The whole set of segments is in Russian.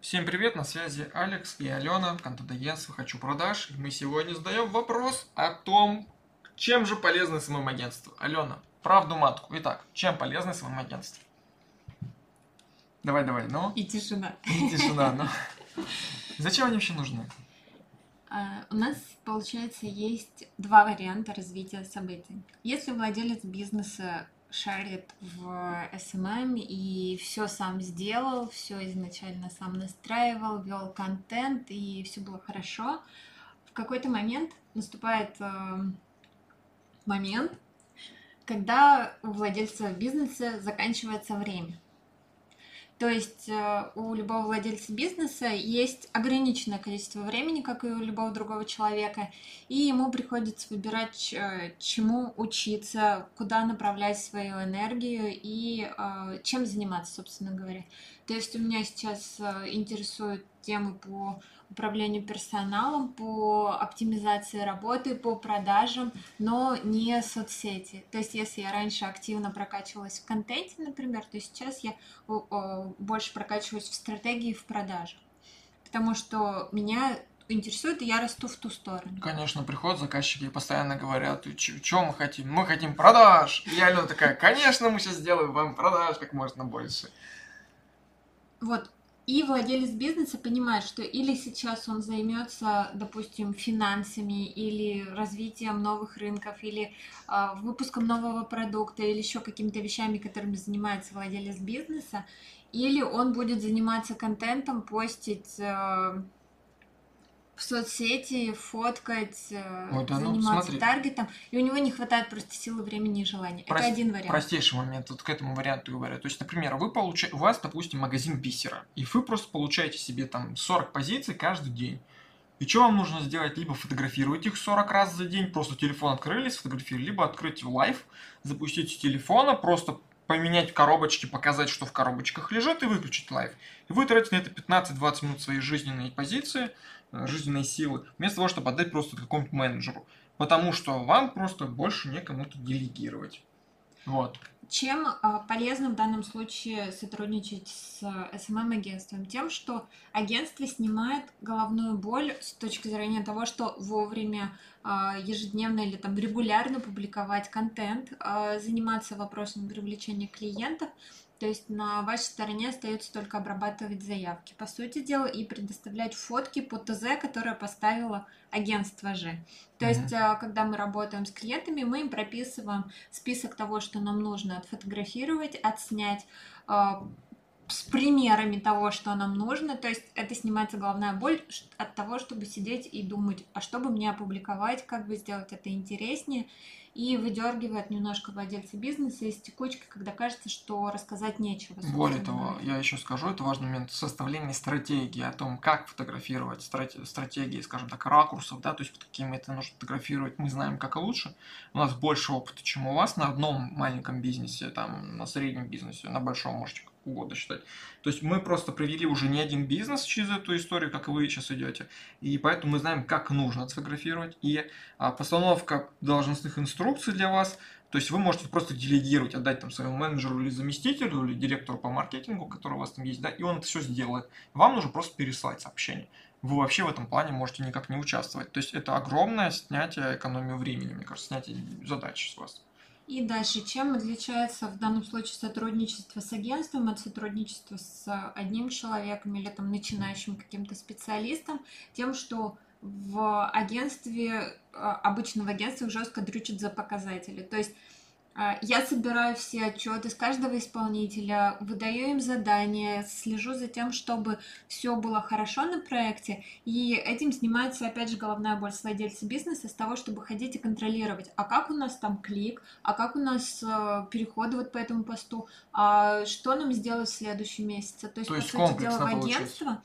Всем привет, на связи Алекс и Алена, контент-агентство «Хочу продаж». И мы сегодня задаем вопрос о том, чем же полезно СММ-агентство. Алена, правду матку. Итак, чем полезно СММ-агентство? Давай, ну. И тишина. И тишина, ну. Зачем они вообще нужны? У нас, получается, есть два варианта развития событий. Если владелец бизнеса шарит в SMM и все сам сделал, все изначально сам настраивал, вел контент и все было хорошо, в какой-то момент наступает момент, когда у владельца бизнеса заканчивается время. То есть у любого владельца бизнеса есть ограниченное количество времени, как и у любого другого человека, и ему приходится выбирать, чему учиться, куда направлять свою энергию и чем заниматься, собственно говоря. То есть у меня сейчас интересуют темы по управлению персоналом, по оптимизации работы, по продажам, но не соцсети. То есть если я раньше активно прокачивалась в контенте, например, то сейчас я больше прокачиваюсь в стратегии в продажах. Потому что меня интересует, и я расту в ту сторону. Конечно, приходят заказчики и постоянно говорят, что мы хотим? Мы хотим продаж. И Алена такая, конечно, мы сейчас сделаем вам продаж как можно больше. Вот. И владелец бизнеса понимает, что или сейчас он займется, допустим, финансами, или развитием новых рынков, или выпуском нового продукта, или еще какими-то вещами, которыми занимается владелец бизнеса, или он будет заниматься контентом, постить в соцсети, фоткать, заниматься таргетом, и у него не хватает просто силы, времени и желания. Это один вариант. Простейший момент, вот к этому варианту говорю. То есть, например, у вас, допустим, магазин бисера, и вы просто получаете себе там 40 позиций каждый день. И что вам нужно сделать? Либо фотографировать их 40 раз за день, просто телефон открыли, сфотографировали, либо открыть лайв, запустить с телефона, просто поменять коробочки, показать, что в коробочках лежит, и выключить лайв. И вы тратите на это 15-20 минут своей жизненной позиции, жизненной силы, вместо того, чтобы отдать просто какому-то менеджеру. Потому что вам просто больше некому-то делегировать. Вот. Чем полезно в данном случае сотрудничать с SMM-агентством? Тем, что агентство снимает головную боль с точки зрения того, что вовремя, ежедневно или там регулярно публиковать контент, заниматься вопросами привлечения клиентов. То есть на вашей стороне остается только обрабатывать заявки, по сути дела, и предоставлять фотки по ТЗ, которое поставило агентство же. То есть, когда мы работаем с клиентами, мы им прописываем список того, что нам нужно отфотографировать, отснять, с примерами того, что нам нужно. То есть это снимается головная боль от того, чтобы сидеть и думать, а что бы мне опубликовать, как бы сделать это интереснее, и выдергивает немножко владельца бизнеса из текучки, когда кажется, что рассказать нечего. Более того, я еще скажу, это важный момент составления стратегии о том, как фотографировать, стратегии, скажем так, ракурсов, да, то есть под какими это нужно фотографировать, мы знаем, как и лучше. У нас больше опыта, чем у вас на одном маленьком бизнесе, там, на среднем бизнесе, на большом можете как угодно считать. То есть мы просто провели уже не один бизнес через эту историю, как и вы сейчас идете, и поэтому мы знаем, как нужно отфотографировать, и постановка должностных инструкций для вас. То есть вы можете просто делегировать, отдать там своему менеджеру или заместителю, или директору по маркетингу, который у вас там есть, да, и он это все сделает. Вам нужно просто переслать сообщение. Вы вообще в этом плане можете никак не участвовать. То есть это огромное снятие экономии времени, мне кажется, снятие задач с вас. И дальше, чем отличается в данном случае сотрудничество с агентством от сотрудничества с одним человеком или там начинающим каким-то специалистом? Тем, что в агентстве, обычно в агентстве жестко дрючат за показатели. То есть я собираю все отчеты с каждого исполнителя, выдаю им задания, слежу за тем, чтобы все было хорошо на проекте, и этим снимается, опять же, головная боль с владельца бизнеса с того, чтобы ходить и контролировать, а как у нас там клик, а как у нас переходы вот по этому посту, а что нам сделать в следующем месяце. То есть по сути дела, в агентство,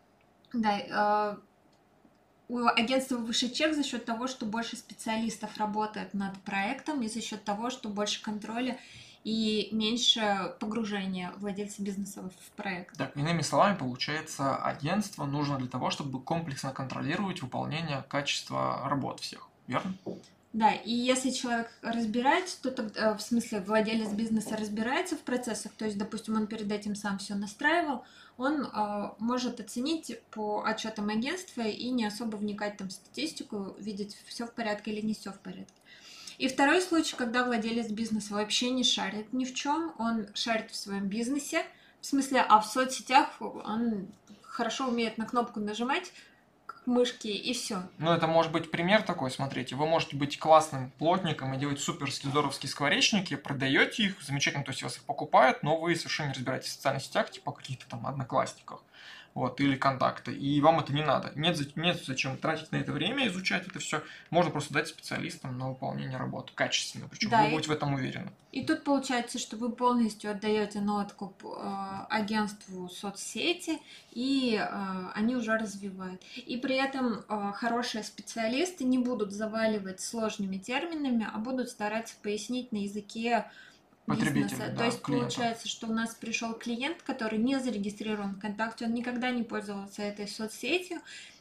да, у агентства выше чек за счет того, что больше специалистов работает над проектом, и за счет того, что больше контроля и меньше погружения владельца бизнеса в проект. Так, иными словами, получается, агентство нужно для того, чтобы комплексно контролировать выполнение качества работ всех, верно? Да, и если человек разбирается, то тогда, в смысле, владелец бизнеса разбирается в процессах, то есть, допустим, он перед этим сам все настраивал, он может оценить по отчетам агентства и не особо вникать там в статистику, видеть, все в порядке или не все в порядке. И второй случай, когда владелец бизнеса вообще не шарит ни в чем, он шарит в своем бизнесе, в смысле, а в соцсетях он хорошо умеет на кнопку нажимать к мышке и все. Ну, это может быть пример такой, смотрите. Вы можете быть классным плотником и делать суперские здоровские скворечники, продаете их, замечательно, то есть вас их покупают, но вы совершенно не разбираетесь в социальных сетях, типа каких-то там одноклассниках. Вот, или контакты, и вам это не надо. Нет зачем тратить на это время, изучать это все. Можно просто дать специалистам на выполнение работы качественно, причем Да, вы будете в этом уверены. И тут получается, что вы полностью отдаете на откуп агентству соцсети, и они уже развивают. И при этом хорошие специалисты не будут заваливать сложными терминами, а будут стараться пояснить на языке бизнеса. Потребителя, То да, есть клиента. получается, что у нас пришел клиент, который не зарегистрирован ВКонтакте, он никогда не пользовался этой соцсетью.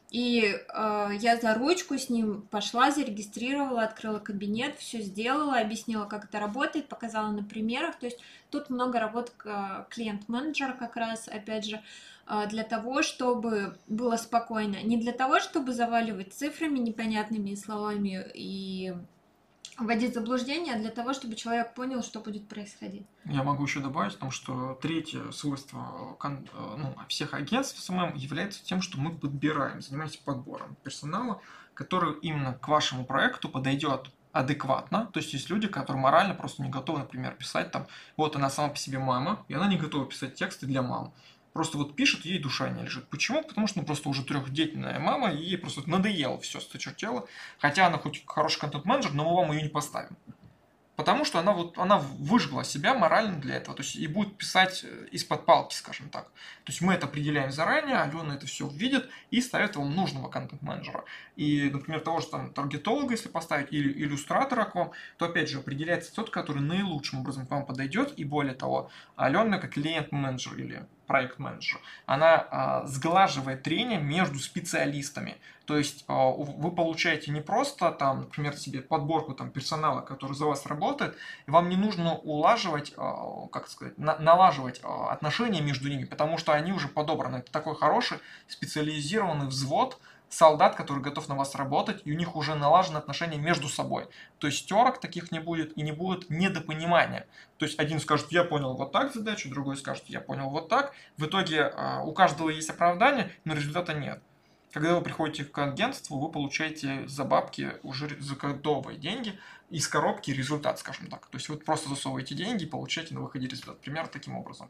И я за ручку с ним пошла, зарегистрировала, открыла кабинет, все сделала, объяснила, как это работает, показала на примерах. То есть тут много работ клиент-менеджера как раз, опять же, для того, чтобы было спокойно. Не для того, чтобы заваливать цифрами непонятными словами и вводить в заблуждение, а для того, чтобы человек понял, что будет происходить. Я могу еще добавить о том, что третье свойство всех агентств СММ является тем, что мы подбираем, занимаемся подбором персонала, который именно к вашему проекту подойдет адекватно. То есть есть люди, которые морально просто не готовы, например, писать там, вот она сама по себе мама, и она не готова писать тексты для мам. Просто вот пишет, ей душа не лежит. Почему? Потому что просто уже трехдетельная мама, и ей просто надоело все, сточертело. Хотя она хоть хороший контент-менеджер, но мы вам ее не поставим. Потому что она выжгла себя морально для этого. То есть и будет писать из-под палки, скажем так. То есть мы это определяем заранее, Алена это все видит и ставит вам нужного контент-менеджера. И, например, того же там таргетолога, если поставить, или иллюстратора к вам, то опять же определяется тот, который наилучшим образом к вам подойдет. И более того, Алена как клиент-менеджер или проект-менеджер, она сглаживает трение между специалистами. То есть вы получаете не просто там, например, себе подборку там персонала, который за вас работает, и вам не нужно улаживать, как сказать, налаживать отношения между ними, потому что они уже подобраны. Это такой хороший специализированный взвод солдат, который готов на вас работать, и у них уже налажены отношения между собой. То есть терок таких не будет и не будет недопонимания. То есть один скажет, я понял вот так задачу, другой скажет, я понял вот так. В итоге у каждого есть оправдание, но результата нет. Когда вы приходите к агентству, вы получаете за бабки уже за готовые деньги из коробки результат, скажем так. То есть вы просто засовываете деньги и получаете на выходе результат. Примерно таким образом.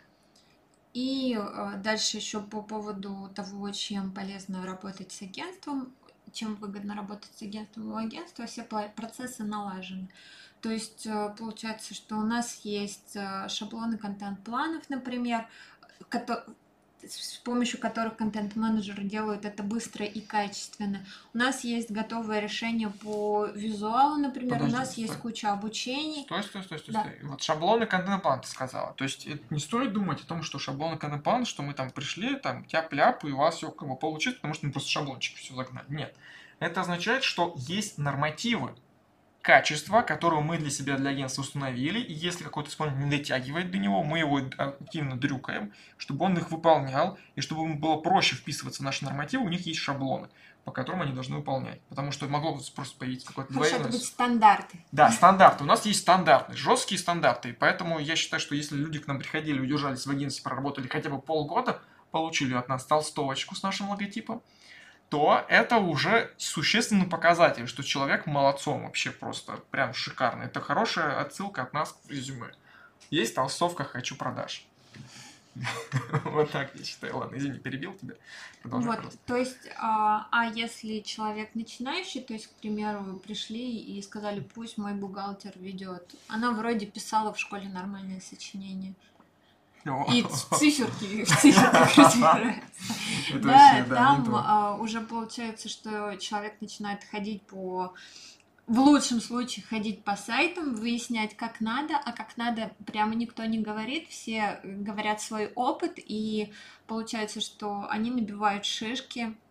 И дальше еще по поводу того, чем полезно работать с агентством, чем выгодно работать с агентством. У агентства все процессы налажены. То есть получается, что у нас есть шаблоны контент-планов, например, с помощью которых контент-менеджеры делают это быстро и качественно. У нас есть готовое решение по визуалу, например, Подожди, у нас есть куча обучений. Стой. Да. Вот шаблоны контент-план ты сказала. То есть не стоит думать о том, что шаблоны контент-план, что мы там пришли, там тяп-ляп, и у вас все как бы получится, потому что мы просто шаблончик все загнали. Нет. Это означает, что есть нормативы качества, которое мы для себя, для агентства установили, и если какой-то исполнитель не дотягивает до него, мы его активно дрюкаем, чтобы он их выполнял, и чтобы ему было проще вписываться в наши нормативы, у них есть шаблоны, по которым они должны выполнять. Потому что могло просто появиться какой-то Хорошо, это двойной... будут стандарты. Да, стандарты. У нас есть стандарты, жесткие стандарты. И поэтому я считаю, что если люди к нам приходили, удержались в агентстве, проработали хотя бы полгода, получили от нас толстовочку с нашим логотипом, то это уже существенный показатель, что человек молодцом вообще просто прям шикарно. Это хорошая отсылка от нас в резюме. Есть толстовка «Хочу продаж». Вот так я считаю. Ладно, извини, перебил тебя. Вот, то есть, если человек начинающий, то есть, к примеру, пришли и сказали, пусть мой бухгалтер ведет. Она вроде писала в школе нормальное сочинение. И в циферках разбирается. Да, там уже получается, что человек начинает ходить в лучшем случае ходить по сайтам, выяснять, как надо, а как надо прямо никто не говорит, все говорят свой опыт, и получается, что они набивают шишки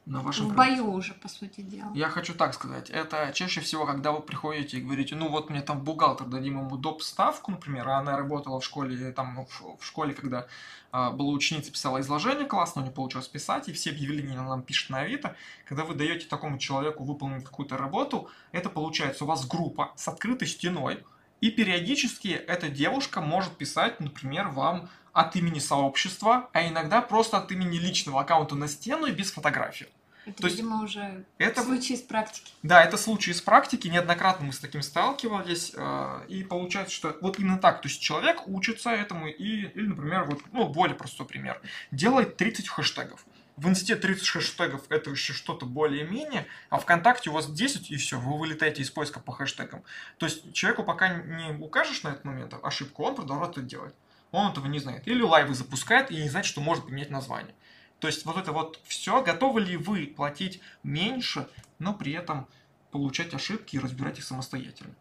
на вашем В проекте. бою уже, по сути дела. Я хочу так сказать, это чаще всего, когда вы приходите и говорите, ну вот мне там бухгалтер, дадим ему доп. Ставку, например, а она работала в школе, там, ну, в школе, когда была ученица, писала изложение классно, у нее получилось писать, и все объявления она нам пишет на Авито. Когда вы даете такому человеку выполнить какую-то работу, это получается у вас группа с открытой стеной, и периодически эта девушка может писать, например, вам от имени сообщества, а иногда просто от имени личного аккаунта на стену и без фотографии. Это, То есть видимо, уже это, случай из практики. да, это случай из практики, неоднократно мы с таким сталкивались, и получается, что вот именно так, то есть человек учится этому, или, например, вот, ну, более простой пример, делает 30 хэштегов. В инсте 30 хэштегов это еще что-то более-менее, а ВКонтакте у вас 10 и все, вы вылетаете из поиска по хэштегам. То есть человеку пока не укажешь на этот момент ошибку, он продолжает это делать. Он этого не знает. Или лайвы запускает и не знает, что может поменять название. То есть вот это вот все, готовы ли вы платить меньше, но при этом получать ошибки и разбирать их самостоятельно?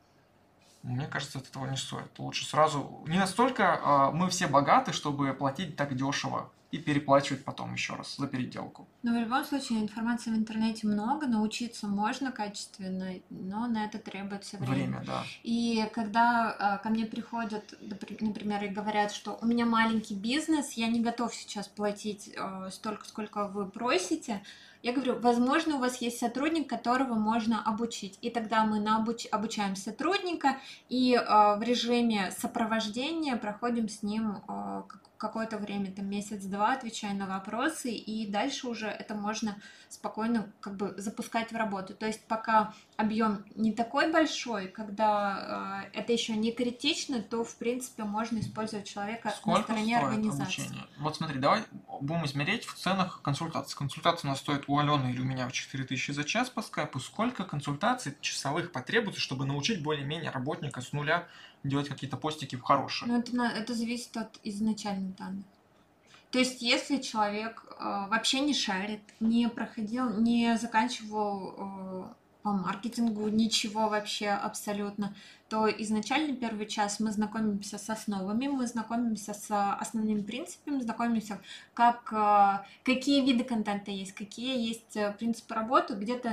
Мне кажется, от этого не стоит. Лучше сразу... Не настолько мы все богаты, чтобы платить так дешево и переплачивать потом еще раз за переделку. Но в любом случае информации в интернете много, научиться можно качественно, но на это требуется время. Время, да. И когда ко мне приходят, например, и говорят, что у меня маленький бизнес, я не готов сейчас платить столько, сколько вы просите, я говорю, возможно, у вас есть сотрудник, которого можно обучить. И тогда мы обучаем сотрудника и в режиме сопровождения проходим с ним какое-то время, там месяц-два, отвечая на вопросы, и дальше уже это можно спокойно как бы запускать в работу. То есть пока объем не такой большой, когда это еще не критично, то в принципе можно использовать человека на стороне организации. Обучение? Вот смотри, давай будем измерять в ценах консультаций. Консультация у нас стоит у Алены или у меня 4000 за час по скайпу. Сколько консультаций часовых потребуется, чтобы научить более-менее работника с нуля делать какие-то постики хорошие? Ну, это зависит от изначальных данных. То есть, если человек вообще не шарит, не проходил, не заканчивал по маркетингу ничего вообще абсолютно, то изначально первый час мы знакомимся с основами, мы знакомимся с основными принципами, знакомимся, какие виды контента есть, какие есть принципы работы. Где-то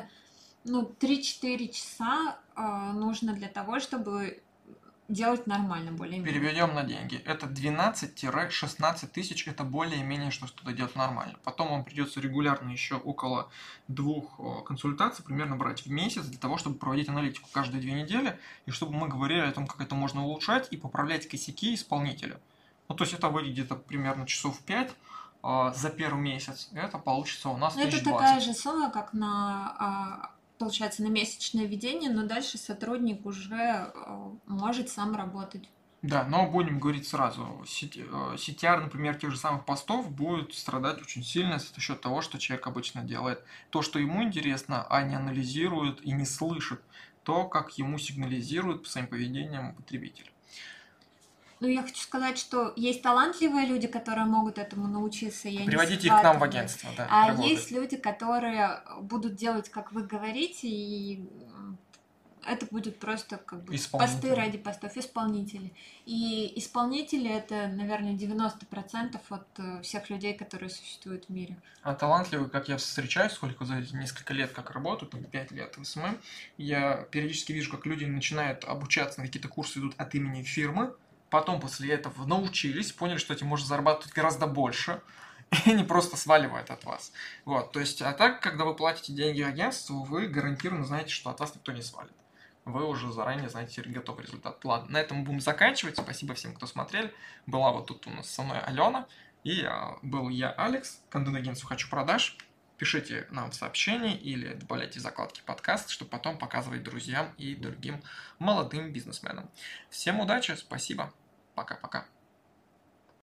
3-4 часа нужно для того, чтобы делать нормально, более-менее. Переведем на деньги. Это 12-16 тысяч, это более-менее, что что-то делать нормально. Потом вам придется регулярно еще около 2 консультаций примерно брать в месяц для того, чтобы проводить аналитику каждые 2 недели, и чтобы мы говорили о том, как это можно улучшать и поправлять косяки исполнителя. Ну, то есть это выйдет где-то примерно часов 5 за первый месяц. Это получится у нас 1020. Это такая же сумма, как получается, на месячное ведение, но дальше сотрудник уже может сам работать. Да, но будем говорить сразу, CTR, например, тех же самых постов будет страдать очень сильно за счет того, что человек обычно делает то, что ему интересно, а не анализирует и не слышит то, как ему сигнализирует по своим поведениям потребитель. Ну, я хочу сказать, что есть талантливые люди, которые могут этому научиться. Приводите их к нам в агентство, да. А есть люди, которые будут делать, как вы говорите, и это будет просто как бы посты ради постов, исполнители. И исполнители это, наверное, 90% от всех людей, которые существуют в мире. А талантливые, как я встречаюсь, сколько за несколько лет как работаю, там 5 лет в СММ, я периодически вижу, как люди начинают обучаться, на какие-то курсы идут от имени фирмы, потом после этого научились, поняли, что этим можно зарабатывать гораздо больше, и они просто сваливают от вас. Вот, то есть, а так, когда вы платите деньги агентству, вы гарантированно знаете, что от вас никто не свалит. Вы уже заранее знаете готовый результат. Ладно, на этом будем заканчивать. Спасибо всем, кто смотрели. Была вот тут у нас со мной Алена, и был я, Алекс, контент-агентство «Хочу продаж». Пишите нам в сообщении или добавляйте закладки подкаста, чтобы потом показывать друзьям и другим молодым бизнесменам. Всем удачи, спасибо, пока-пока.